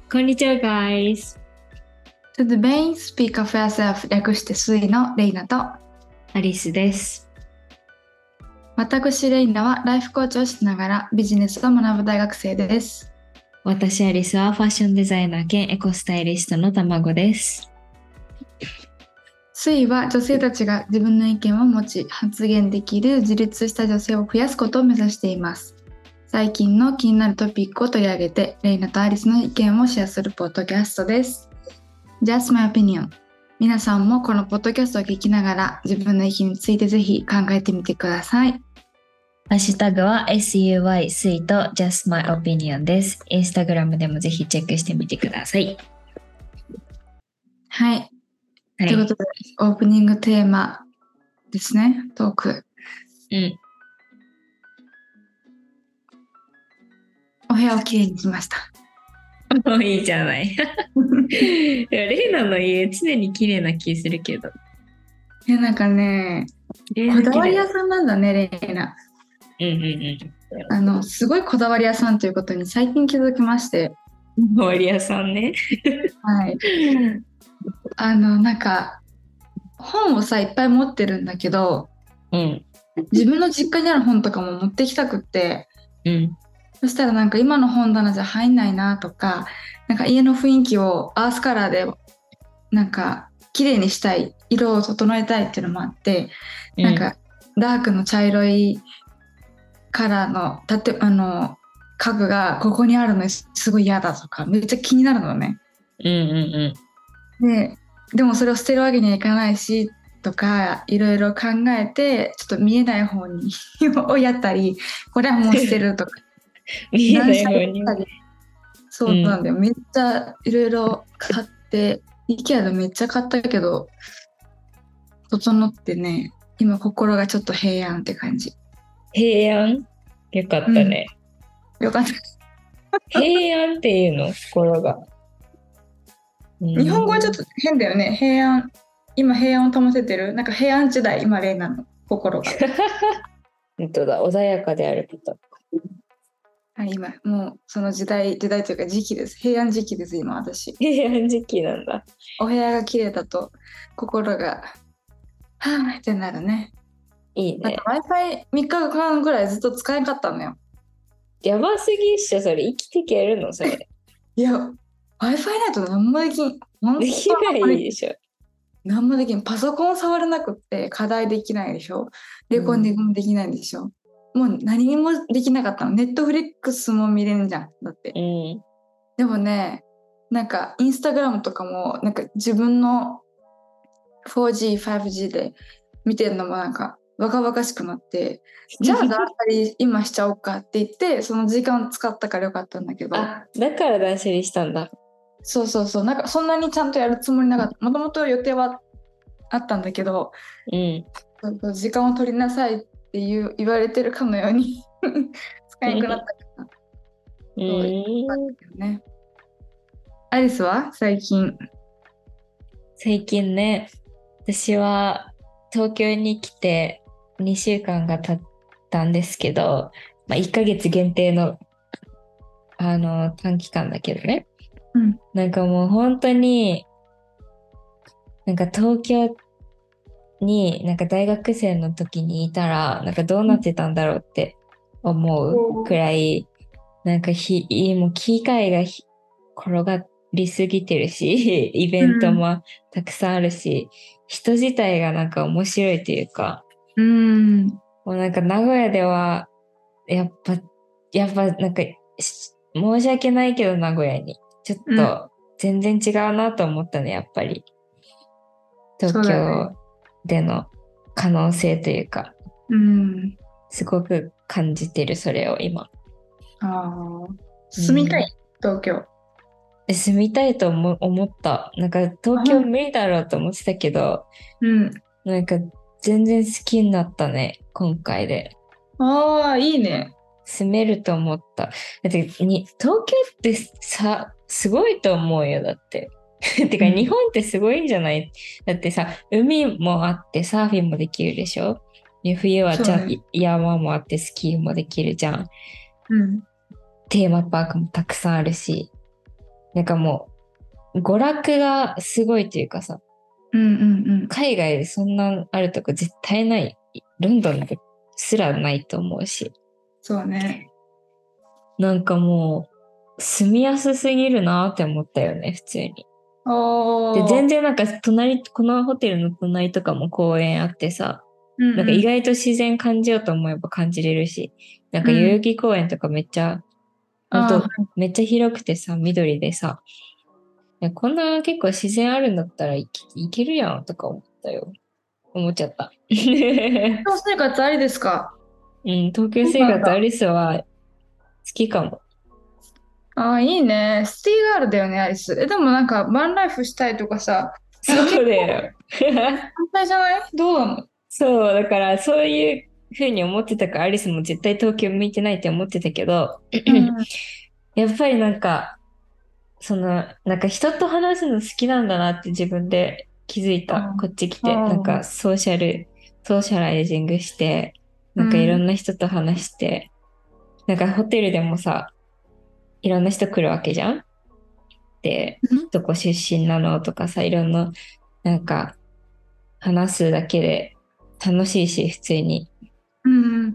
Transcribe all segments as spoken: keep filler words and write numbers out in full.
こんにちは、guys。 To the main speak of yourself 略してスイのレイナとアリスです。 私レイナはライフコーチをしながらビジネスを学ぶ大学生です。 私、アリスはファッションデザイナー兼エコスタイリストの卵です。 スイは女性たちが自分の意見を持ち発言できる自立した女性を増やすことを目指しています。最近の気になるトピックを取り上げてレイナとアリスの意見をシェアするポッドキャストです。Just my opinion。皆さんもこのポッドキャストを聞きながら自分の意見についてぜひ考えてみてください。 ハッシュタグは エスユーワイ スイと Just My Opinion です。インスタグラムでもぜひチェックしてみてください。 はい。 はい、 ということで、オープニングテーマですね、トーク。 うん。 お部屋をきれいにしました。 もういいじゃない。レイナの家常に綺麗な気するけど。 いや、なんかね、こだわり屋さんなんだね、レイナ。 うんうんうん。 あの、すごいこだわり屋さんということに最近気づきまして。 こだわり屋さんね。 はい。あの、なんか、本をさ、いっぱい持ってるんだけど、 うん。 自分の実家にある本とかも持ってきたくって、 うん。 そしたらなんか今の本棚じゃ入んないなとか、なんか家の雰囲気をアースカラーでなんか綺麗にしたい、色を整えたいっていうのもあって、 うん、 なんかダークの茶色いカラーの建てあの家具がここにあるのすごい嫌だとかめっちゃ気になるのね。 うんうんうん、で、でもそれを捨てるわけにはいかないしとかいろいろ考えてちょっと見えない方にをやったり、これはもう捨てるとか見えない方に。 そうなんだよ、うん、めっちゃいろいろ買って、IKEA でめっちゃ買ったけど整ってね、今心がちょっと平安って感じ。 平安よかったね。 うん、よかった。 平安っていうの心が。 日本語はちょっと変だよね。平安。今平安を保ててる。なんか平安時代、今例なの。心が。 本当だ。穏やかであること。 はい、今、もうその時代、時代というか時期です。平安時期です、今私。 平安時期なんだ。 お部屋が綺麗だと心が、はぁってなるね。 いいね。 Wi-Fi みっかかんぐらいずっと使えなかったのよ。 やばすぎっしょ、それ。生きていけるの、それ。 いや、Wi-Fi ないと何もできん。 できないでしょ。 何もできん。パソコン触れなくって課題できないでしょ。レコーディングもできないでしょ。うん、もう何にもできなかったの。ネットフリックスも見れんじゃん。だって。 うん、 でもね、なんかインスタグラムとかもなんか自分の フォージー、ファイブジー で見てるのもなんかバカバカしくなって、じゃあ断捨離今しちゃおうかって言ってその時間使ったからよかったんだけど。 あ、だから断捨離したんだ。 そうそうそう。なんかそんなにちゃんとやるつもりなかった。もともと予定はあったんだけど、 うん。 時間を取りなさいっていう言われてるかのように使えなくなったから。 うん。 ね。アリスは最近。 最近ね、私は東京に来てにしゅうかんが経ったんですけど、まあ、いっかげつ限定の、あの短期間だけどね、 うん、 なんかもう本当になんか東京になんか大学生の時にいたらなんかどうなってたんだろうって思うくらい、なんかひもう機会が転がりすぎてるし、イベントもたくさんあるし、うん、人自体がなんか面白いというか、 うん、 もうなんか名古屋ではやっぱやっぱなんか申し訳ないけど名古屋にちょっと全然違うなと思ったね、やっぱり東京での可能性というか、 うん、 すごく感じてるそれを今。 ああ、住みたい、うん、東京。 住みたいと思思った。なんか東京無理だろうと思ってたけど、 うん、 なんか全然好きになったね、今回で。 ああ、いいね。 住めると思った。だってに東京ってさ、すごいと思うよ、だって。てか日本ってすごいんじゃない？だってさ、海もあってサーフィンもできるでしょ？冬はちゃん、ね、山もあってスキーもできるじゃん。 うん、 テーマパークもたくさんあるし。 なんかもう娯楽がすごいというかさ、 うんうんうん。 海外でそんなあるとこ絶対ない。ロンドンですらないと思うし。 そうね。 なんかもう住みやすすぎるなって思ったよね、普通に。で、 おー。 全然なんか隣、このホテルの隣とかも公園あってさ、なんか意うんうん。 外と自然感じようと思えば感じれるし、なんか代々 うん。 木公園とかめっちゃ、ほんあとめっちゃ広くてさ、緑でさ、いやこんな結構自然あるんだったらいけ、いけるやんとか思ったよ。思っちゃった。うあ、生活ありですか？ ん、東京そう生活アなんだ。 リスは好きかも。 ああ、いいね。シティガールだよね、アリス。え、でもなんか、バンライフしたいとかさ、なんかそう結構だよ。 反対じゃない？どうなの？ そう、だからそういうふうに思ってたから、アリスも絶対東京向いてないって思ってたけど、 うん。 やっぱりなんか、その、なんか人と話すの好きなんだなって自分で気づいた。こっち来あて。なんかあ。 ソーシャル、ソーシャライジングして、なんかいろうん。 んな人と話して、なんかホテルでもさ、いろんな人来るわけじゃん。で、どこ出身なのとかさ、いろんな、なんか話すだけで楽しいし、普通に。 うん。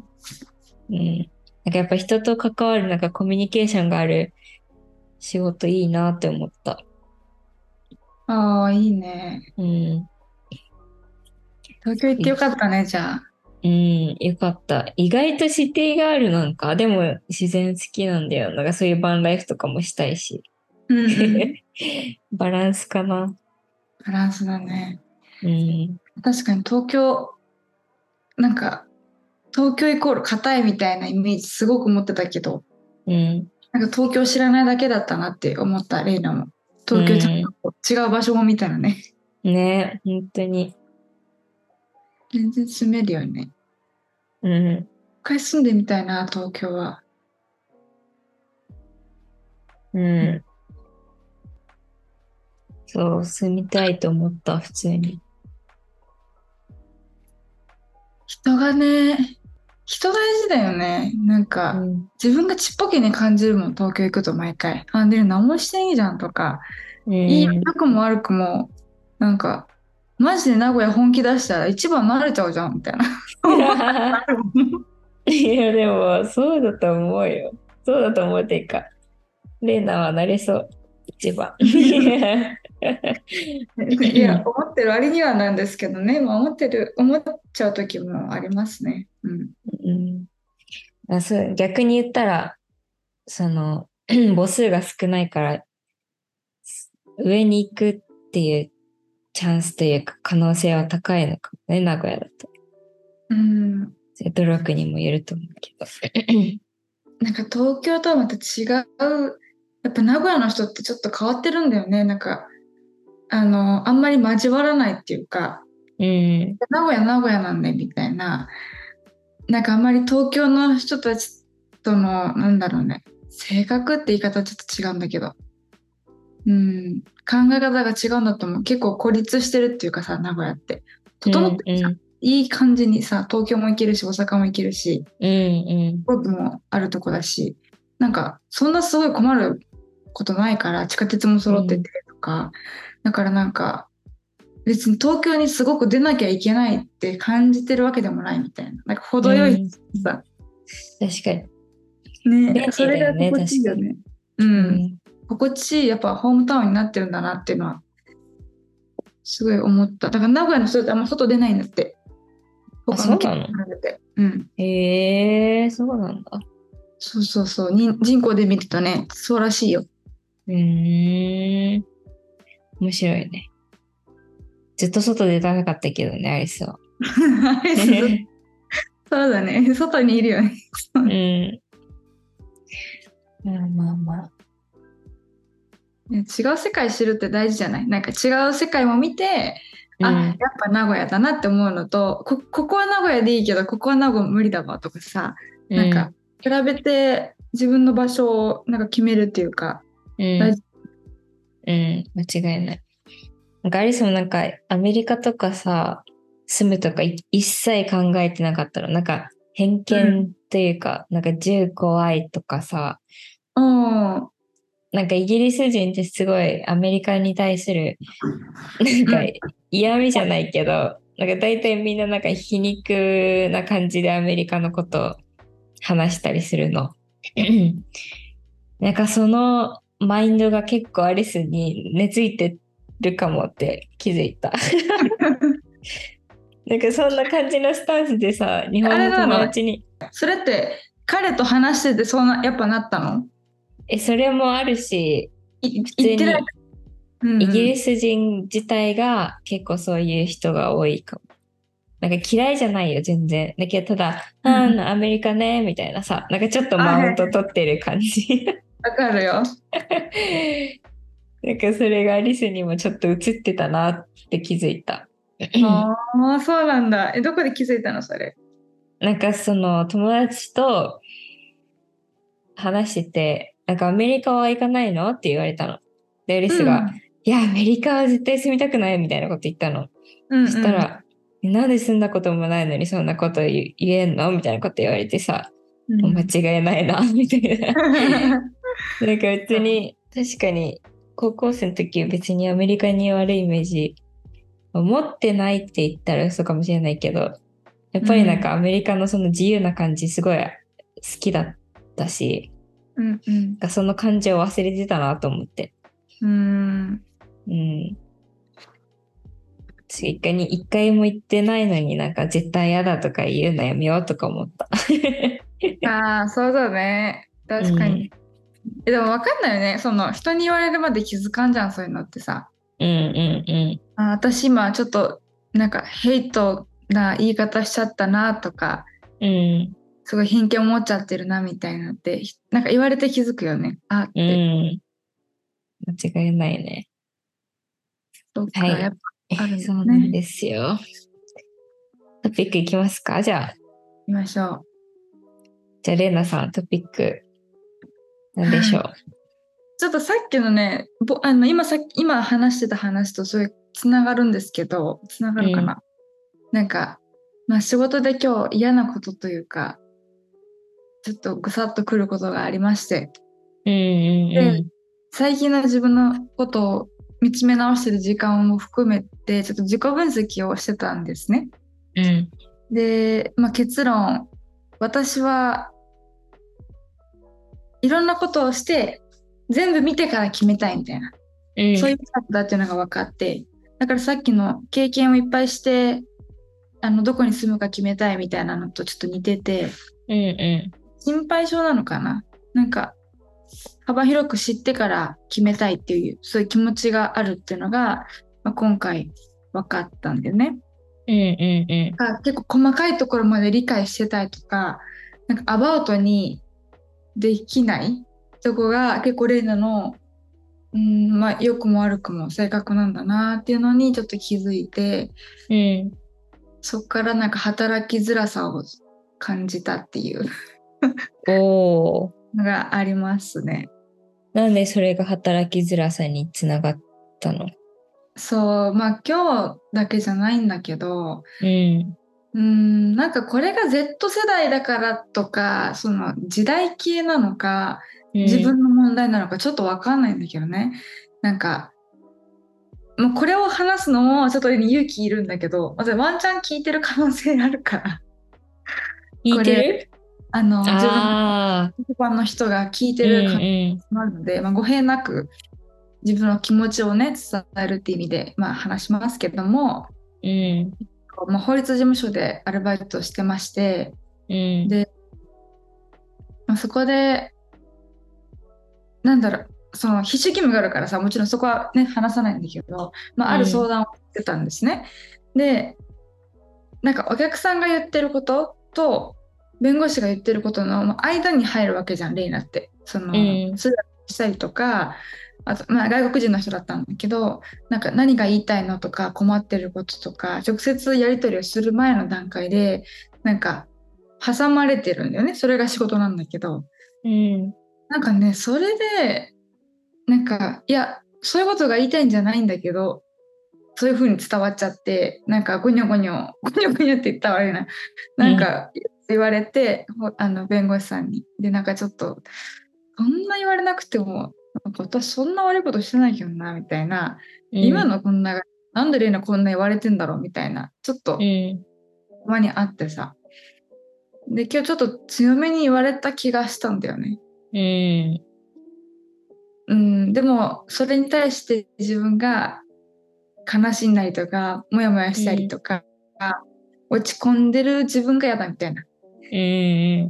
うん。なんかやっぱ人と関わる、なんかコミュニケーションがある仕事いいなって思った。 ああ、いいね。 うん。 東京行ってよかったね、じゃあ。 うん、よかった。意外とシティガールなんか、でも自然好きなんだよ。なんかそういうバンライフとかもしたいし。 うんうん。 バランスかな。 バランスだね。 うん、 確かに東京、なんか、東京イコール硬いみたいなイメージすごく持ってたけど、 うん、 なんか東京知らないだけだったなって思った、レイナも。 う東京ちゃんん。 と違う場所も見たらね、 ね、本当に。 全然住めるよね。 うん、 一回住んでみたいな、東京は。 うん。そう、住みたいと思った、普通に。 人がね、人大事だよね。なんか、 うん、 自分がちっぽけに感じるもん、東京行くと毎回。あ、で、何もしていいじゃんとか、 ういい、 ん。 良くも悪くも、なんか、マジで名古屋本気出したら一番慣れちゃうじゃん、みたいな。 いや、でも、そうだと思うよ。そうだと思うっていうか、レイナはなれそう。一番。 いや、思ってる割にはなんですけどね、まあ、思ってる、思っちゃう時もありますね。うん。 うん、あ、そう、逆に言ったら、その、母数が少ないから、上に行くっていうチャンスというか、可能性は高いのかもね、名古屋だと。 うん。 それ努力にもよると思うけど。 なんか東京とはまた違う、やっぱ名古屋の人ってちょっと変わってるんだよね。なんか、あの、あんまり交わらないっていうか、 うん、 名古屋、名古屋なんでみたいな、なんかあんまり東京の人たちとの、なんだろうね、性格って言い方はちょっと違うんだけど、うん、考え方が違うんだと思う。結構孤立してるっていうかさ、名古屋って。 うん、 整ってるじゃん。 うん、 いい感じにさ、東京も行けるし、大阪も行けるし、 うん、 飛行機もあるとこだし、なんか、そんなすごい困ることないから、地下鉄もうん、 揃っててとか、だからなんか、別に東京にすごく出なきゃいけないって感じてるわけでもないみたいな。なんかう程よいん。 さ、 確かに。 ね、なん便かそ利だよね、 れが心確かに。 地いいよね。うん。 うん、 心地いい、やっぱホームタウンになってるんだなっていうのは、すごい思った。だから名古屋の人ってあんま外出ないんだって。 あ、 他の県そうなの？ に比べて。うん。 へえー、そうなんだ。 そうそうそう。に人口で見るとね、そうらしいよ。 うーん、面白いね。ずっと外出たかったけどね、アリスは。 アイスずそうだね。外にいるよね。 うん。まあまあまあ。 ね違う世界知るって大事じゃない？なんか違う世界も見て、あ、やっうん。 ぱ名古屋だなって思うのと、こ、ここは名古屋でいいけど、ここは名古屋無理だわとかさ、 うなんかん。 比べて自分の場所をなんか決めるっていうか、 うん。 大事。 うん。間違いない。なんかアリスもなんかアメリカとかさ、住むとかい一切考えてなかったの。なんか偏うん。 見というか、なんか銃怖いとかさ、 おー。 なんかイギリス人ってすごいアメリカに対するなんかうん。 嫌味じゃないけど、なんか大体みんななんか皮肉な感じでアメリカのことを話したりするの。なんかそのマインドが結構アリスに根付いてるかもって気づいた。なんかそんな感じのスタンスでさ、日あ本の友れなの、 達に、 それって彼と話しててそんなやっぱなったの？ え、それもあるし、 い普言ってない。 通にうんうん。 イギリス人自体が結構そういう人が多いかも。なんか嫌いじゃないよ、全然。だけど、ただ、あうんうん。 ーアメリカね、みたいなさ、なんかちょっとあ、 マウントはい。 取ってる感じ。 わかるよ。 なんかそれがアリスにもちょっと映ってたなって気づいた。 ああ、そうなんだ。え、どこで気づいたのそれ？ なんかその友達と話してて、なんかアメリカは行かないのって言われたの。で、アリスが、 うん。 いや、アメリカは絶対住みたくないみたいなこと言ったの。 うんそしたうん。 ら、なんで住んだこともないのにそんなこと言言えんのみたいなこと言われてさ、間うん。 違いないな、みたいな。なんか別に、確かに、高校生の時別にアメリカに悪いイメージ持ってないって言ったら嘘かもしれないけど、やっぱりなんうん。 かアメリカのその自由な感じすごい好きだったし、 うんうん。 なんかその感情を忘れてたなと思って。 うん。 うん。私一回に一回も言ってないのになんか絶対嫌だとか言うのやめようとか思った。 ああ、そうだね。 う確かに。 ん。 え、でも分かんないよね。その人に言われるまで気づかんじゃん、そういうのってさ。 うんうんうん。 あ、私今ちょっとなんかヘイトな言い方しちゃったなとか、 うん。 すごい偏見を持っちゃってるなみたいなって、なんか言われて気づくよね。あっうて。 ん。間違いないね。 そっか、やっはい。 ぱあるんそうなんね。 ですよ。トピックいきますかじゃあ。 見ましょう。 じゃあ、レイナさん、トピック、なんでしはい。 ょう。 ちょっとさっきのね、ぼあの今さっき今話してた話とそういうつながるんですけど、つながうん。 るかな。なんか、まあ仕事で今日嫌なことというか、ちょっとぐさっとくることがありまして、 うんで、 うん最近の自分のことを見つめ直してる時間も含めて、ちょっと自己分析をしてたんですね。 うん。うん。 で、まあ、結論、私はいろんなことをして、全部見てから決めたいみたいな、 うん。 そういうタイプだっていうのが分かって、だからさっきの経験をいっぱいして、あの、どこに住むか決めたいみたいなのとちょっと似てて、 うんうん。 心配性なのかな。なんか、幅広く知ってから決めたいっていう、そういう気持ちがあるっていうのが、まあ、今回分かったんだよね。 うんうんうん。 が結構細かいところまで理解してたいとか、なんかアバウトにできないとこが結構レイナの、うん、まあ良くも悪くも性格なんだなっていうのにちょっと気づいて、 うん。 そっからなんか働きづらさを感じたっていうおー。 のがありますね。 なんでそれが働きづらさにつながったの？ そう、まあ今日だけじゃないんだけど、 うん。 うーん、なんかこれが Z 世代だからとか、その時代系なのか、 うん。 自分の問題なのかちょっとわかんないんだけどね。なんか、もうこれを話すのもちょっと勇気いるんだけど、まずワンチャン聞いてる可能性あるから、 聞いこれ、 てる？ あの、自分のああ一般の人が聞いー。うてる可能性んもあるので、まあ、語弊なく自分の気持ちをね、伝えるっていう意味で、まあ話しますけども、 うん。 まあ、法律事務所でアルバイトしてまして、 うん。 で、まあ、そこで、なんだろう、その必修義務があるからさ、もちろんそこはね、話さないんだけど、まあ、あるうん。 相談をしてたんですね。で、なんかお客さんが言ってることと、弁護士が言ってることのまあ間に入るわけじゃん、レイナって。そうの、 ん。 通訳したりとか、あと、まあ、外国人の人だったんだけど、なんか何が言いたいのとか困ってることとか、直接やり取りをする前の段階で、なんか挟まれてるんだよね。それが仕事なんだけど。 うん。 なんかね、それで、なんか、いや、そういうことが言いたいんじゃないんだけど、そういう風に伝わっちゃって、なんか、ゴニョゴニョ、ゴニョゴニョって言ったら悪いな。 うん。 なんか、言われて、ほあの、弁護士さんに。で、なんかちょっと、そんな言われなくても、 なんか私そんな悪いことしてないけどなみたいな、 うん。 今のこんな、なんでレイナこんな言われてんだろうみたいな、ちょっとうん。 たまにあってさ。で、今日ちょっと強めに言われた気がしたんだよね。 うん。 うん、でもそれに対して自分が悲しんだりとかモヤモヤしたりうん。 とか落ち込んでる自分が嫌だみたいなうん。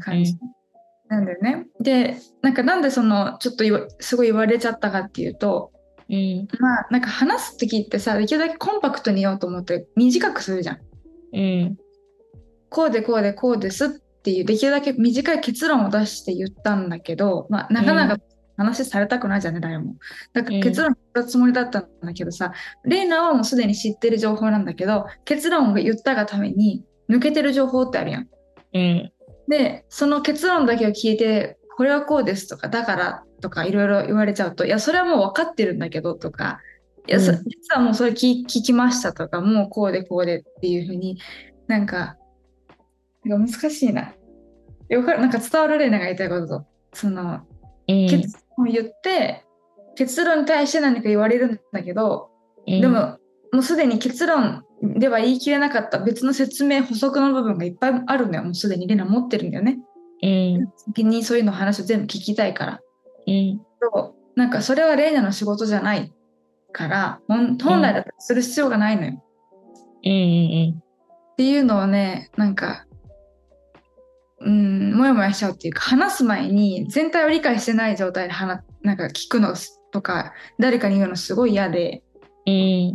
う感じん。 なんだよね。で、なんかなんでそのちょっと言わすごい言われちゃったかっていうと、 うん。 まあなんか話す時ってさ、できるだけコンパクトに言おうと思って短くするじゃん。 うん。 こうでこうでこうですっていうできるだけ短い結論を出して言ったんだけど、まあなかなかうん。 話されたくないじゃんね、誰も。だから結うん。 論言ったつもりだったんだけどさ、レイナはもうすでに知ってる情報なんだけど、結論を言ったがために抜けてる情報ってあるやん。 うん。 で、その結論だけを聞いて、これはこうですとか、だからとかいろいろ言われちゃうと、いや、それはもう分かってるんだけどとか、いや、そうん。 実はもうそれ聞、聞きましたとか、もうこうでこうでっていうふうになんか、なんか難しいな。よかなんか伝わる例が言いたいことと、その結うん。 論を言って結論に対して何か言われるんだけど、 うん。 でももうすでに結論では言い切れなかった別の説明補足の部分がいっぱいあるんだよ。もうすでにレナ持ってるんだよね。 うん。 先にそういうの話を全部聞きたいから。 うん。 そうなんかそれはレイナの仕事じゃないから本本来だったらする必要がないのよ。 うん。 っていうのをね、なんかうん、もやもやしちゃうっていうか、話す前に全体を理解してない状態で話なんか聞くのとか誰かに言うのすごい嫌で、 うん。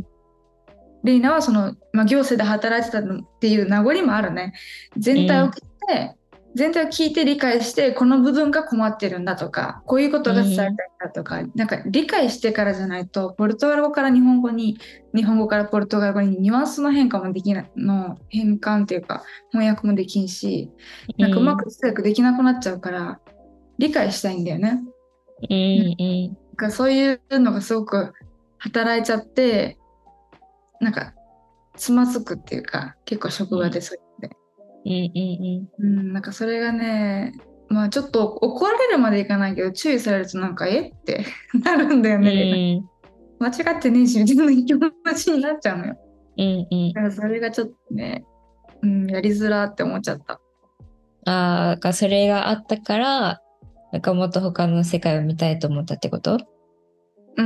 レイナはその、まあ、行政で働いてたのっていう名残もあるね。全体を聞いて全体を聞いて理解してこの部分が困ってるんだとかこういうことが伝えたいんだとかなんか理解してからじゃないとポルトガル語から日本語に日本語からポルトガル語にニュアンスの変化もできないの変換っていうか翻訳もできんしなんかうまく通訳できなくなっちゃうから理解したいんだよね。 うん。 なんかそういうのがすごく働いちゃってなんかつまずくっていうか結構職場でそういうので、 うん。 うん、なんかそれがねまあちょっと怒られるまでいかないけど注意されるとなんかえってなるんだようん。 ね。 うん。 間違ってねえし自分の気持ちになっちゃうのよ。 うん。 だからそれがちょっとね、うん、やりづらって思っちゃった。 ああ、なんかそれがあったから、なんかもっと他の世界を見たいと思ったってこと？ うん、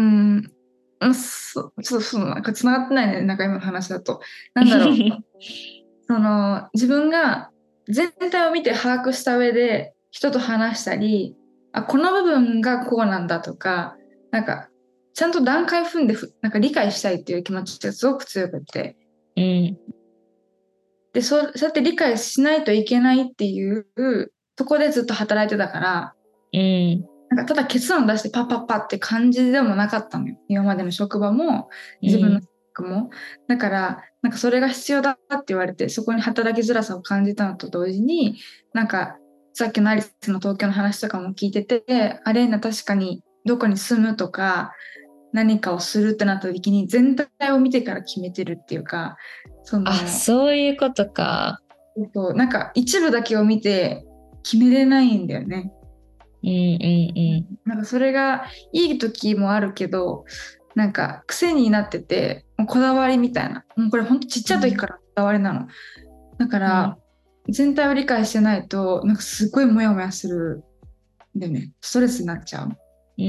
うんそそうそうなんか繋がってないねなんか今の話だと。なんだろうその自分が全体を見て把握した上で人と話したりあこの部分がこうなんだとかなんかちゃんと段階踏んでふなんか理解したいっていう気持ちがすごく強くてうん。 でそうそうやって理解しないといけないっていうとこでずっと働いてたからうん。 なんかただ結論出してパッパッパって感じでもなかったのよ今までの職場もう自分のん。 職もだからなんかそれが必要だって言われてそこに働きづらさを感じたのと同時になんかさっきのアリスの東京の話とかも聞いててアレーナ確かにどこに住むとか何かをするってなった時に全体を見てから決めてるっていうかそあ、 のそういうことか。 そうなんか一部だけを見て決めれないんだよね。 うん。うん。 なんかそれがいい時もあるけどなんか癖になっててもうこだわりみたいなもうこれほんとちっちゃい時からこだわりなのだかうん。 ら全体を理解してないとなんかすごいモヤモヤするんだよねストレスになっちゃう。 うん。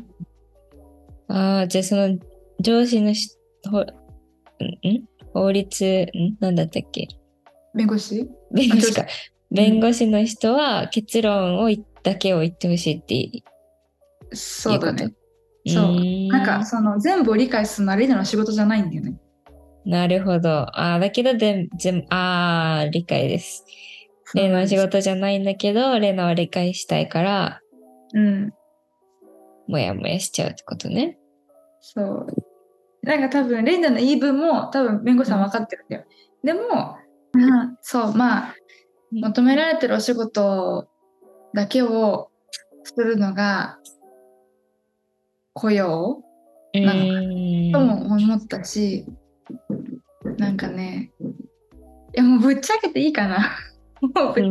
ああ、じゃあその上司のし、ほ、んん法律、んなんだったっけ？ 弁護士あ上司弁護士か。弁うん護士の人は結論をいだけを言ってほしいっていうこと？うそうだねそうなんーん。 かその全部を理解するのはレイナの仕事じゃないんだよね。 なるほど。ああ、だけどで、全、ああ、理解です。レイの仕そうなんです事じゃないんだけど、レイナは理解したいから、 うんもやもやしちゃうってことね。 そうなんか多分レイナの言い分も多分弁護士うん。 さん分かってるんだよでも、うん、そうまあ求められてるお仕事だけをするのが雇用うなのかとーん。 も思ったし、なんかね、いやもうぶっちゃけていいかな。もうぶっうん。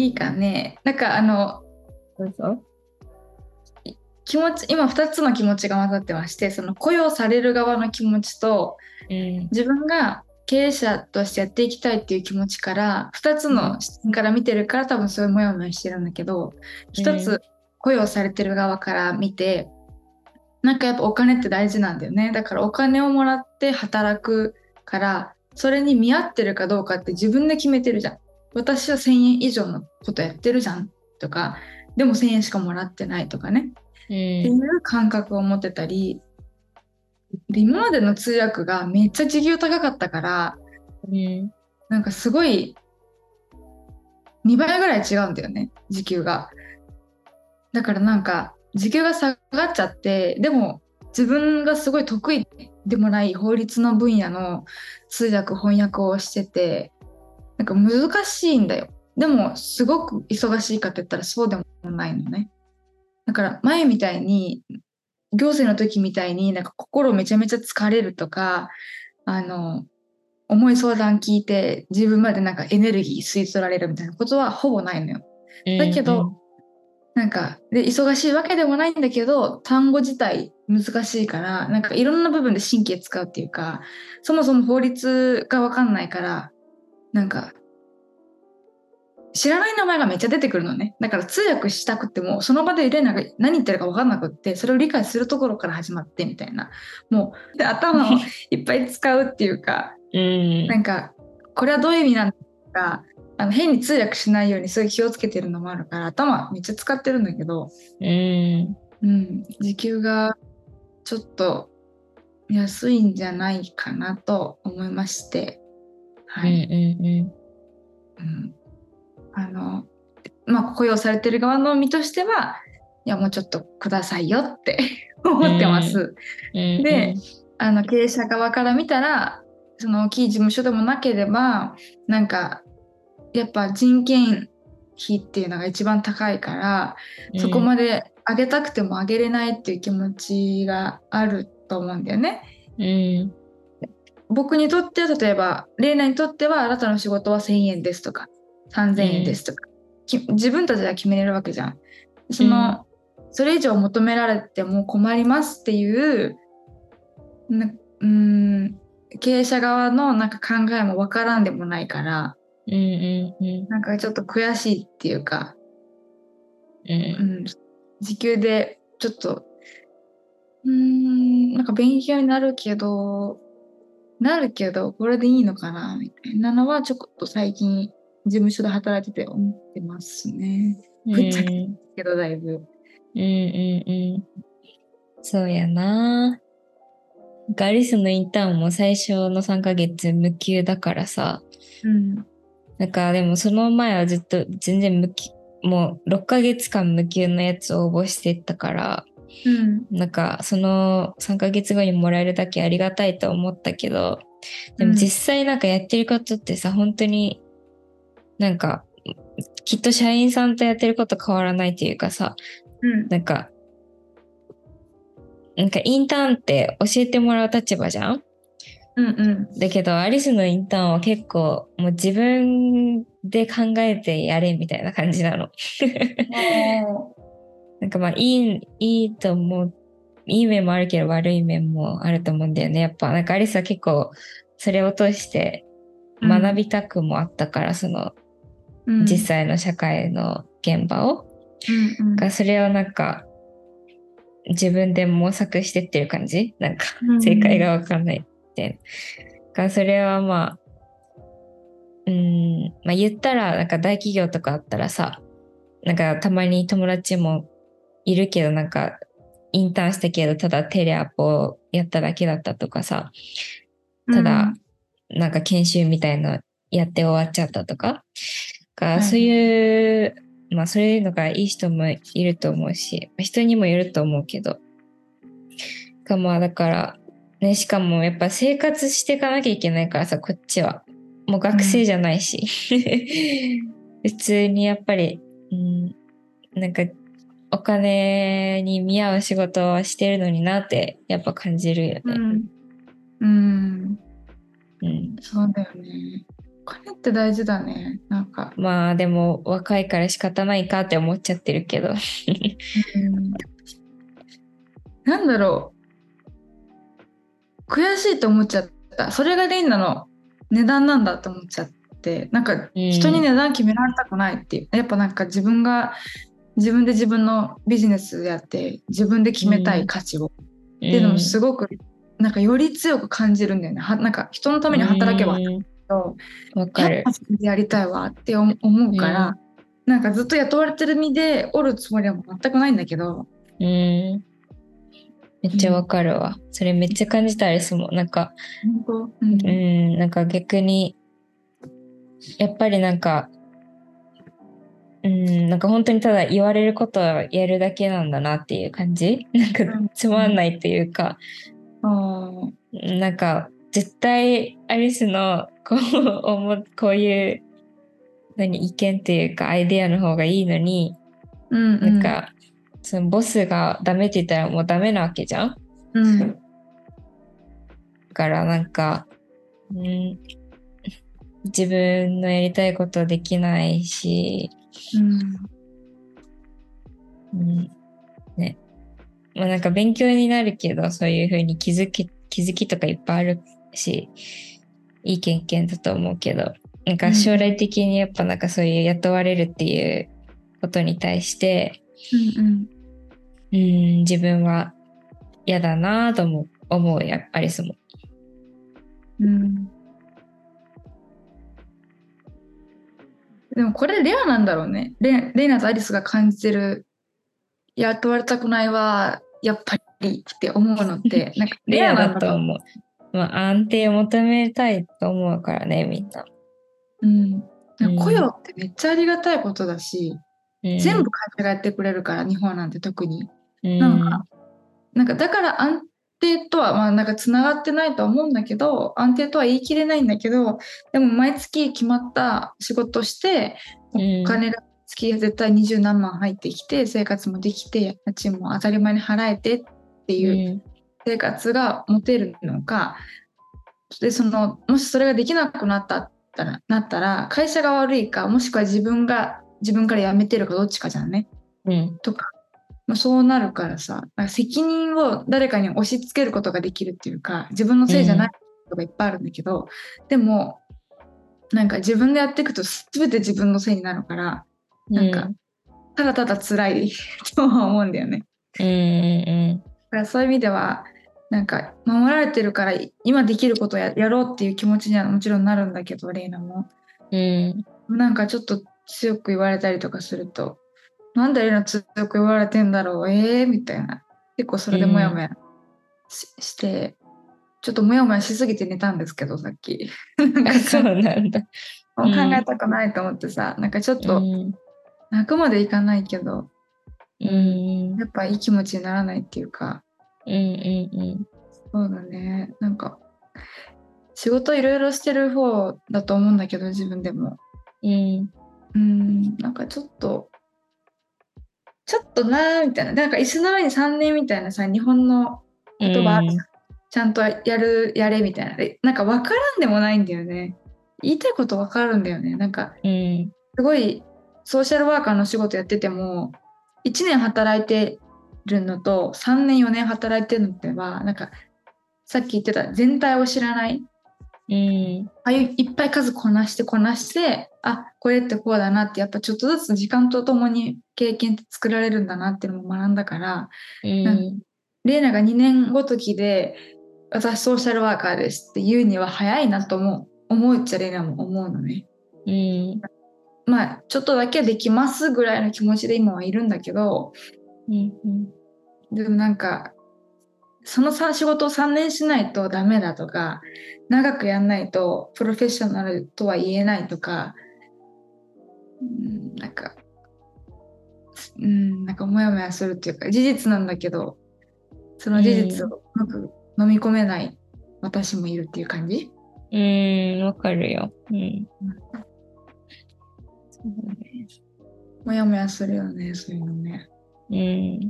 ちゃけていいかね。なんかあの、 どうぞ。 気持ち、今ふたつの気持ちが混ざってまして、その雇用される側の気持ちと、 うん。 自分が経営者としてやっていきたいっていう気持ちから、ふたつうん。 の視点から見てるから多分そういうモヤモヤしてるんだけど、 うん。 ひとつ雇用されてる側から見て、なんかやっぱお金って大事なんだよね。だからお金をもらって働くから、それに見合ってるかどうかって自分で決めてるじゃん。私はせんえん以上のことやってるじゃんとか、でもせんえんしかもらってないとかね。 うっていん。 う感覚を持ってたり、で今までの通訳がめっちゃ時給高かったから、 うん。 なんかすごいにばいぐらい違うんだよね、時給が。だからなんか時給が下がっちゃって、でも自分がすごい得意でもない法律の分野の通訳翻訳をしてて、なんか難しいんだよ。でもすごく忙しいかって言ったらそうでもないのね。だから前みたいに行政の時みたいになんか心めちゃめちゃ疲れるとか、あの重い相談聞いて自分までなんかエネルギー吸い取られるみたいなことはほぼないのよ。 うん。 だけどうん。 なんかで忙しいわけでもないんだけど、単語自体難しいから、なんかいろんな部分で神経使うっていうか、そもそも法律がわかんないから、なんか知らない名前がめっちゃ出てくるのね。だから通訳したくてもその場でレナが何言ってるか分かんなくって、それを理解するところから始まってみたいな、もうで頭をいっぱい使うっていうか、 うん。 なんかこれはどういう意味なんだとか、あの変に通訳しないようにすごい気をつけてるのもあるから、頭めっちゃ使ってるんだけど、 うん。 うん、時給がちょっと安いんじゃないかなと思いまして、 うん。 はい。 うん。 うん、あの、まあ、雇用されてる側の身としては、いや、もうちょっとくださいよってう思ってまん。 す。 うん。うで、 ん。 あの、経営者側から見たら、その大きい事務所でもなければ、なんか、やっぱ人件費っていうのが一番高いから、そこまで上げたくても上げれないっていう気持ちがあると思うんだよね。 うん。 僕にとっては、例えば、レイナにとっては、あなたの仕事はせんえんですとか、3000 うん。 円ですとか、き自分たちでは決めれるわけじゃん。そうん。 の、それ以上求められても困りますっていう、なうーん、経営者側のなんか考えもわからんでもないから、 うん。うん。 なんかちょっと悔しいっていうか、 うん。 うん、時給でちょっと、うーん、なんか勉強になるけど、なるけど、これでいいのかなみたいなのは、ちょっと最近、事務所で働いてて思ってますね。 うぶっちゃけん。 けど、だいぶ。 うん。うん。そうやな。ガリスのインターンも最初のさんかげつ無給だからさ。 うん。 なんかでもその前はずっと全然無給、もうろっかげつかん無給のやつを応募してったから、 うん。 なんかそのさんかげつごにもらえるだけありがたいと思ったけど、でもうん。 実際なんかやってることってさ、本当になんかきっと社員さんとやってること変わらないというかさ、 うん。 なんか、なんかインターンって教えてもらう立場じゃん。 うん。うん。 だけど、アリスのインターンは結構もう自分で考えてやれみたいな感じなの。 おー。 なんかまあいい、いいと思う。いい面もあるけど悪い面もあると思うんだよね。やっぱなんかアリスは結構それを通して学うん。 びたくもあったから、そのうん。 実際の社会の現場を。 うん。うん。 がそれをなんか自分で模索してってる感じなんかう正解がん。 わかんないって。がそれはまあ、うん、まあ言ったらなんか大企業とかあったらさ、なんかたまに友達もいるけどなんかインターンしたけどただテレアポやっただけだったとかさ、ただうん。 なんか研修みたいのやって終わっちゃったとか、がそうはいはい。 いう、まあそういうのがいい人もいると思うし、人にもよると思うけど、かまあだから、ね、しかもやっぱ生活していかなきゃいけないからさ、こっちは。もううん。 学生じゃないし。普通にやっぱり、うん、なんかお金に見合う仕事をしてるのになってやっぱ感じるよね。 うん。うん。 うん。 そうだよね。お金って大事だね。なんか。 まあでも若いから仕方ないかって思っちゃってるけど。 うん。 なんだろう、悔しいと思っちゃった。それがレイナの値段なんだと思っちゃって、なんかう人にん、 値段決められたくないっていう。やっぱなんか自分が自分で自分のビジネスやって自分で決めたいうん、 価値をっうていうのもん、 すごくなんかより強く感じるんだよね。はなんか人のたうめに働けば働ん、 くとわかる。 やっぱ自分でやりたいわって思思ううから、 ん、 なんかずっと雇われてる身でおるつもりは全くないんだけど、 うん、めっちゃわうん、 かるわ。それめっちゃ感じたりするもん。なんか、 本当、ううん、 ん、なんか逆に、やっぱりなんか、うん、なんか本当にただ言われることをやるだけなんだなっていう感じ。なんかうん、 つまんないっていうか、 あー、 なんか絶対アリスのこう思う、こういう何意見っていうかアイデアの方がいいのに、 うんうん、 なんかそのボスがダメって言ったらもうダメなわけじゃん。だうん、 からなんか、うん、自分のやりたいことできないし、 うん、 うん、ね。まあなんか勉強になるけど、そういうふうに気づき、気づきとかいっぱいあるし、いい経験だと思うけど、なんうん、 か将来的にやっぱなんかそういう雇われるっていうことに対して、 うん、うん、 うん、自分は嫌だなと思う、思うや、アリスも。 うん。でもこれレアなんだろうね。レ、レイナとアリスが感じてる、雇われたくないは、やっぱりって思うのって、なんかレアレアなんだろだと思う。まあ安定を求めたいと思うからね、みんな。 う。うん。なんか雇用うん、 ってめっちゃありがたいことだし、 う全部ん、 会社がやってくれるから、日本なんて特に。 うなんか、 ん、 なんかだから安定とは、まあなんかつながってないとは思うんだけど、安定とは言い切れないんだけど、でも毎月決まった仕事して、おうん、 金が月絶対二十何万入ってきて、生活もできて、家賃も当たり前に払えてってういうん、 生活が持てるのか、で、その、もしそれができなくなったったら、なったら、会社が悪いか、もしくは自分が自分から辞めてるかどっちかじゃんね。 うん、 とか、まあ、そうなるからさ、なんか責任を誰かに押し付けることができるっていうか、自分のせいじゃないうん、 ことがいっぱいあるんだけど、でも、なんか自分でやっていくと全て自分のせいになるから、 うなんか、 ん、 ただただ辛いとは思うんだよね。 うん、うん、 だからそういう意味では、なんか守られてるから今できることをや、やろうっていう気持ちにはもちろんなるんだけど、レイナも。 うん、 なんかちょっと強く言われたりとかすると、なんでレイナ強く言われてんだろう、えーみたいな。結構それでもやもうん。 やし、して、ちょっともやもやしすぎて寝たんですけど、さっき。なんあ、 かかんそうなんだ。 考うん、 えたくないと思ってさ、なんかちょっうとん、 泣くまでいかないけど、 ううん、 ん、 やっぱいい気持ちにならないっていうか、 うん、うん、 そうだね。なんか仕事いろいろしてる方だと思うんだけど、自分でも。 うん、 うん、なんかちょっと、ちょっとなーみたいな。なんか椅子の上にさんねんみたいなさ、日本のう言葉あるじゃん。 ん、 ちゃんとやる、やれみたいな。でなんか分からんでもないんだよね。言いたいこと分かるんだよね。なんか、 うん、 すごい、ソーシャルワーカーの仕事やってても、いちねん働いてるのと、さんねん、よねん働いてるのっては、なんか、さっき言ってた全体を知らない。 うん、 ああいういっぱい数こなしてこなして、あ、これってこうだなって、やっぱちょっとずつ時間とともに経験って作られるんだなっていうのも学んだから、 うなんか、 ん、 レイナがにねんごときで、私ソーシャルワーカーですって言うには早いなと思う、思うっちゃレイナも思うのね。 うん、 まあ、ちょっとだけできますぐらいの気持ちで今はいるんだけど、 うん、 でもなんか、そのさ仕事をさんねんしないとダメだとか、長くやんないとプロフェッショナルとは言えないとか、うん、なんか、うん、なんかモヤモヤするっていうか、事実なんだけど、その事実をうまく飲み込めない私もいるっていう感じ。 うん、わかるよ。うん。 うん、 そうだね。 モヤモヤするよね、そういうのね。 うん。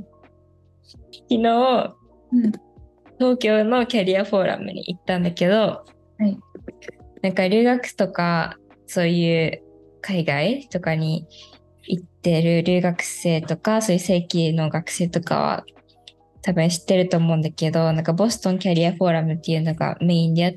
昨日、 うん、 東京のキャリアフォーラムに行ったんだけど、 はい。 なんか留学とか、そういう海外とかに行ってる留学生とか、そういう正規の学生とかは多分知ってると思うんだけど、なんかボストンキャリアフォーラムっていうのがメインでやって、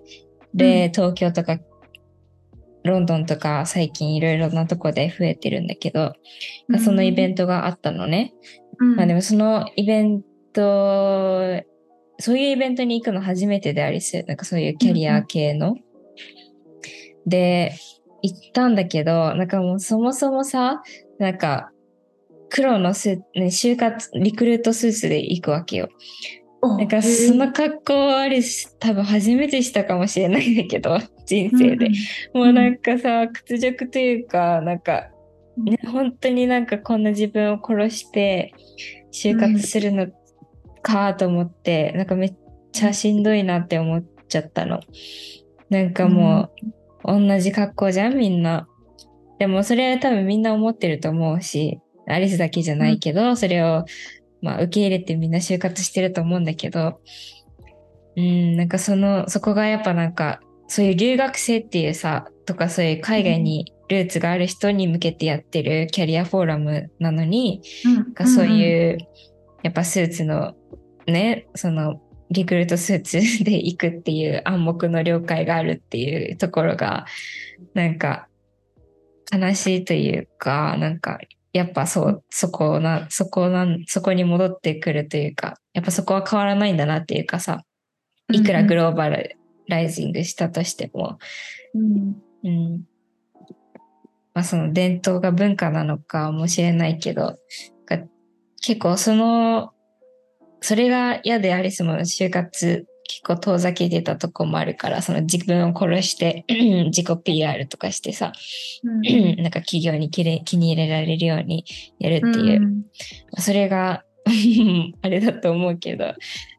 で、東京とかロンドンとか最近いろいろなとこで増えてるんだけど、 うん、 そのイベントがあったのね。 うん、 まあでもそのイベント、そういうイベントに行くの初めてでありす、なんかそういうキャリア系の。で、行ったんだけど、なんかもうそもそもさ、なんか黒のスーツ、ね、就活、リクルートスーツで行くわけよ。なんお、 かへえ。 その格好ありし、多分初めてしたかもしれないんだけど、人うん生で。もうなんうんかさ、屈辱というか、なんか、ね、本当になんかこんな自分を殺して就活うんするのかと思って、なんかめっちゃしんどいなって思っちゃったの。なんかうんもう、同じ格好じゃん、みんな。でもそれは多分みんな思ってると思うし、アリスだけじゃうんないけど、それをまあ受け入れてみんな就活してると思うんだけど、うん、なんかその、そこがやっぱなんか、そういう留学生っていうさ、とかそういう海外にルーツがある人に向けてやってるキャリアフォーラムなのに、 うんがそううんいう、やっぱスーツのね、その、リクルートスーツで行くっていう暗黙の了解があるっていうところが、なんか悲しいというか、なんか、やっぱそう、そこな、そこなん、そこに戻ってくるというか、やっぱそこは変わらないんだなっていうかさ、いくらグうんローバルライジングしたとしても、 うんうん、まあその伝統が文化なのかもしれないけど、結構その、それが嫌でアリスも就活結構遠ざけてたとこもあるから、その自分を殺して自己 ピーアール とかしてさ、 うんなんか企業に気れ気に入れられるようにやるうっていう、 んそれがあれだと思うけど、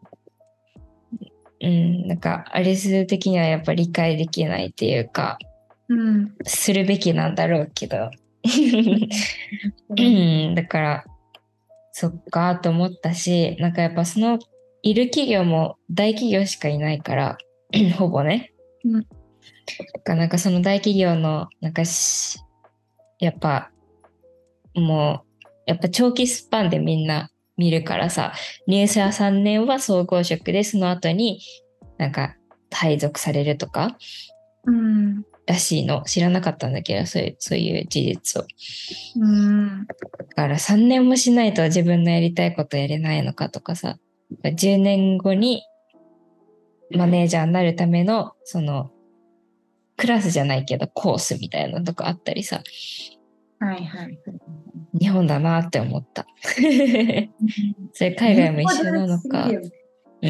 うん、なんかアリス的にはやっぱ理解できないっていうか、 うんするべきなんだろうけど、ううんん、だから、そっかと思ったし、なんかやっぱそのいる企業も大企業しかいないから、ほぼね。 うんなんかその大企業の、なんかし、やっぱもう、やっぱ長期スパンでみんな見るからさ、入社さんねんは総合職で、その後になんか配属されるとか、 うんらしいの。知らなかったんだけど、そういう、そういう事実を。 うんだからさんねんもしないと自分のやりたいことやれないのかとかさ、じゅうねんごにマネージャーになるための、その、クラスじゃないけどコースみたいなのとかあったりさ、 はいはい。 日本だなって思った。それ海外も一緒なのか。うん。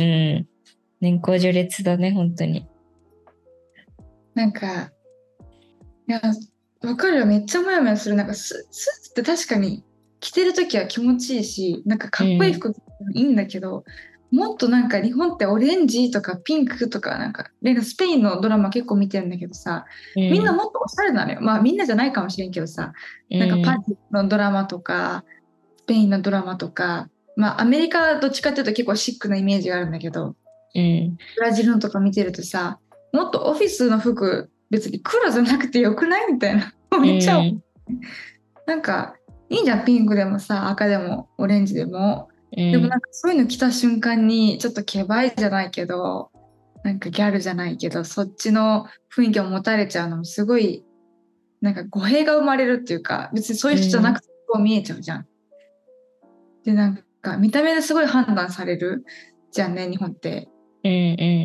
年功序列だね、本当に。 なんか、いや、わかるよ。めっちゃモヤモヤする。なんかス、スーツって確かに着てるときは気持ちいいし、なんかかっこいい服いいんだけど、もっとなんか日本ってオレンジとかピンクとかなんか、なんかスペインのドラマ結構見てるんだけどさ、 うん。 みんなもっとおしゃれなのよ。まあみんなじゃないかもしれんけどさ、 うなんかパん。 リのドラマとか、スペインのドラマとか、まあアメリカはどっちかっていうと結構シックなイメージがあるんだけど、 うん。 ブラジルのとか見てるとさ、もっとオフィスの服、別に黒じゃなくてよくないみたいな。 うめっちゃ思う。 ん。 なんか、いいじゃん、ピンクでもさ、赤でも、オレンジでも。でもなんうん。 かそういうの着た瞬間に、ちょっとケバいじゃないけど、なんかギャルじゃないけど、そっちの雰囲気を持たれちゃうのもすごい、なんか語弊が生まれるっていうか、別にそういう人じゃなくてこう見えちゃうじゃん。で、なんか見た目ですごい判断されるじゃんね、日本って。 うん。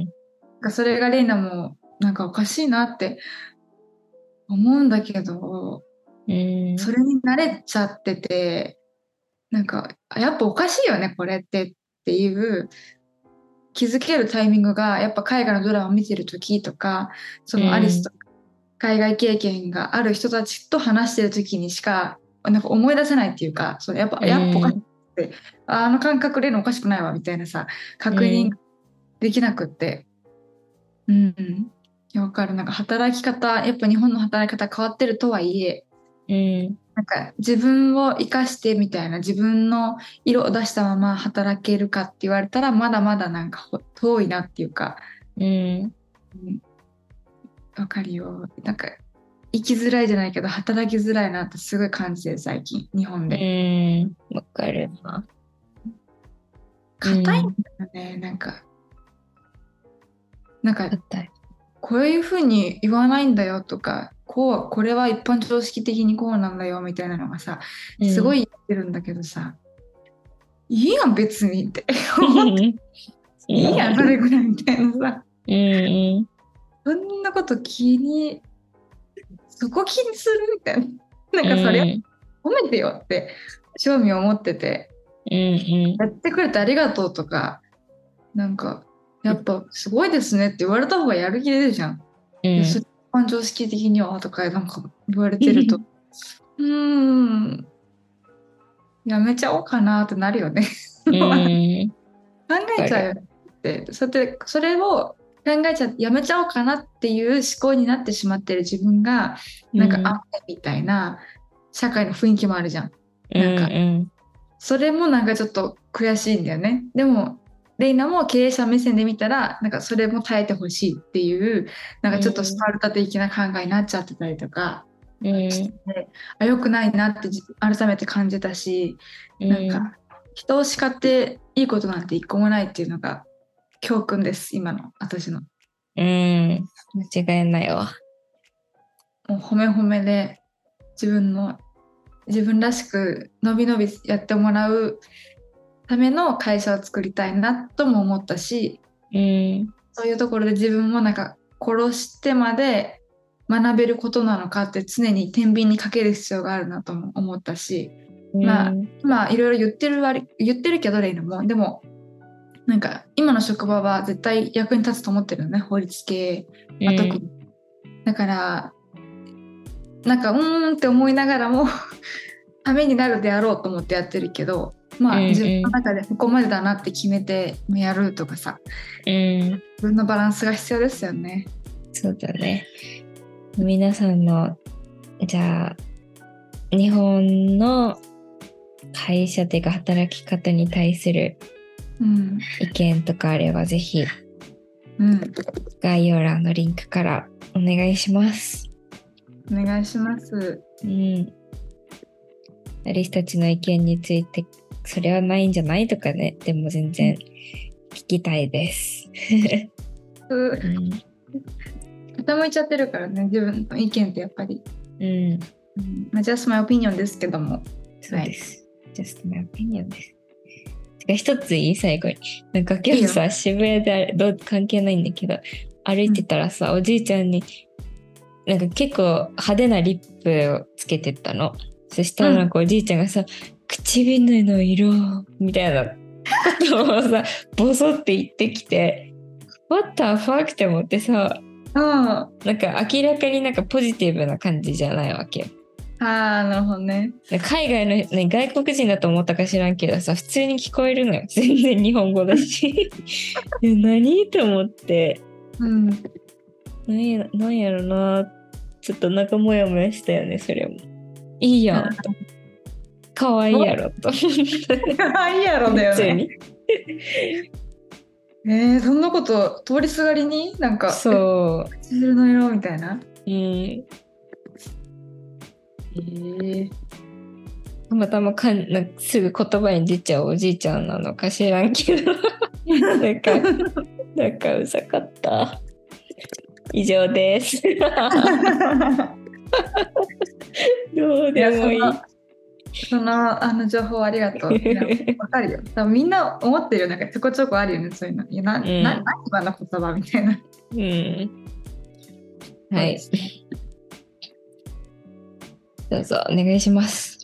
なんかそれがレイナもなんかおかしいなって思うんだけど、 うん。 それに慣れちゃってて、なんか、やっぱおかしいよね、これってっていう気づけるタイミングが、やっぱ海外のドラマを見てる時とか、そうのアリスん。 とか海外経験がある人たちと話してる時にしか、なんか思い出せないっていうか、そのやっぱ、 うやっぱおかしいっん。 て、あの感覚でのおかしくないわみたいなさ、確認うん。 できなくって、うん。いやわかる。なんか働き方、やっぱ日本の働き方変わってるとはいえ、 うん。 なんか自分を生かしてみたいな、自分の色を出したまま働けるかって言われたらまだまだなんかほ遠いなっていうか、 うん。 うん、わかるよ。なんか生きづらいじゃないけど働きづらいなってすごい感じてる最近日本うで。 ん。わかるな。 硬いんだよね、なんかなんか硬い。 こういうふうに言わないんだよとか、こうこれは一般常識的にこうなんだよみたいなのがさ、すごい言ってるんだけどさ、いいやん別にって思って、いいやんそれぐらいみたいなさ、 うんうんそんなこと気にそこ気にするみたいな、なんかそれを褒めてよって興味を持ってて、 うんうん、 やってくれてありがとうとか、なんかやっぱすごいですねって言われた方がやる気出るじゃん。 うん、 でそれ一般常識的にはとかなんか言われてるとうーんやめちゃおうかなってなるよね。 うん、 考えちゃうよねってそれでそれを考えちゃやめちゃおうかなっていう思考になってしまってる自分がなんか甘いみたいな社会の雰囲気もあるじゃん。なんか、 うんうん、 それもなんかちょっと悔しいんだよね。でもレイナも経営者目線で見たらなんかそれも耐えてほしいっていうなんかちょっとスパルタ的な考えになっちゃってたりとか、 うん、 あ良くないなって改めて感じたし、なんか人を叱っていいことなんて一個もないっていうのが教訓です今の私の。 うん、間違いないわ。 もう褒め褒めで自分の自分らしくのびのびやってもらうための会社を作りたいなとも思ったし、 うん、 そういうところで自分もなんか殺してまで学べることなのかって常に天秤にかける必要があるなとも思ったし、 うん、 まあ今いろいろ言ってる割言ってるけどレイナもでもなんか今の職場は絶対役に立つと思ってるのね、法律系、まあ、特に、うん、だからなんかうーんって思いながらもためになるであろうと思ってやってるけど、まあ、うんうん、自分の中でここまでだなって決めてやるとかさ、うん、自分のバランスが必要ですよね。 そうだね。皆さんのじゃあ日本の会社というか働き方に対する意見とかあればぜひ、うん、概要欄のリンクからお願いします。 お願いします。 うん。私たちの意見についてそれはないんじゃないとかね、でも全然聞きたいです。 うん、傾いちゃってるからね、自分の意見ってやっぱり。うん。まあ、just my opinion ですけども。 そうです。はい、just my opinion です。てか一ついい最後に。なんか今日さ、いい渋谷でどう関係ないんだけど、歩いてたらさ、うん、おじいちゃんになんか結構派手なリップをつけてったの。そしたらなんかおじいちゃんがさ、うん、唇の色みたいなことをさ、ボソって言ってきて、What the fuck って思ってさ、うん、なんか明らかになんかポジティブな感じじゃないわけよ。 あー、なるほどね。 海外の、ね、外国人だと思ったか知らんけどさ、普通に聞こえるのよ。全然日本語だし。何と思って。うん。なんや、なんやろな。ちょっとなんかモヤモヤしたよね、それも。いいやんと。かわいいやろと。 かわいいやろだよね。えー、そんなこと通りすがりになんかそう唇の色みたいな。 うん。えー、たまたまかんなんかすぐ言葉に出ちゃうおじいちゃんなのか知らんけどなんかなんかうざかった。以上ですどうでもいい。 その、あの情報ありがとう。わかるよ。多分みんな思ってるよ。なんかちょこちょこあるよね、そういうの。いやな、うん、な、何今の言葉みたいな。うん。 はい。どうぞお願いします。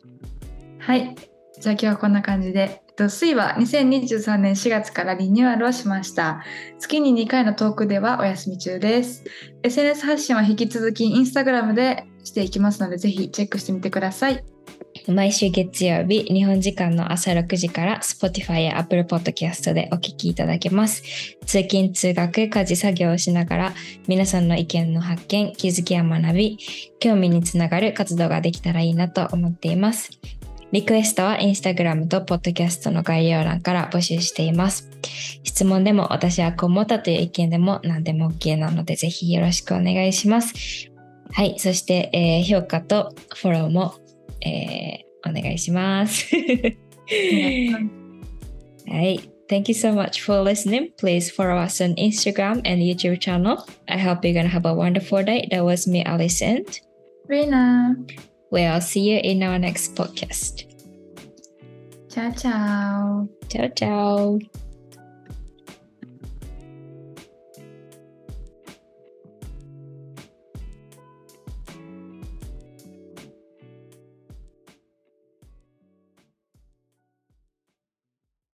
はい。じゃあ今日はこんな感じで。水はにせんにじゅうさんねんしがつからリニューアルをしました。月ににかいのトークではお休み中です。エスエヌエス 発信は引き続きインスタグラムでしていきますので、ぜひチェックしてみてください。 毎週月曜日、日本時間の朝ろくじから Spotify や Apple Podcast でお聞きいただけます。通勤・通学、家事・作業をしながら皆さんの意見の発見、気づきや学び、興味につながる活動ができたらいいなと思っています。リクエストはインスタグラムとポッドキャストの概要欄から募集しています。質問でも私はこう思ったという意見でも何でも OK なのでぜひよろしくお願いします。はい、そして、えー、評価とフォローも、えー、お願いします。はい、 thank you so much for listening. Please follow us on Instagram and YouTube channel. I hope you're gonna have a wonderful day. That was me, Alice, and Reina. Well, I'll see you in our next podcast. Ciao, ciao. Ciao, ciao.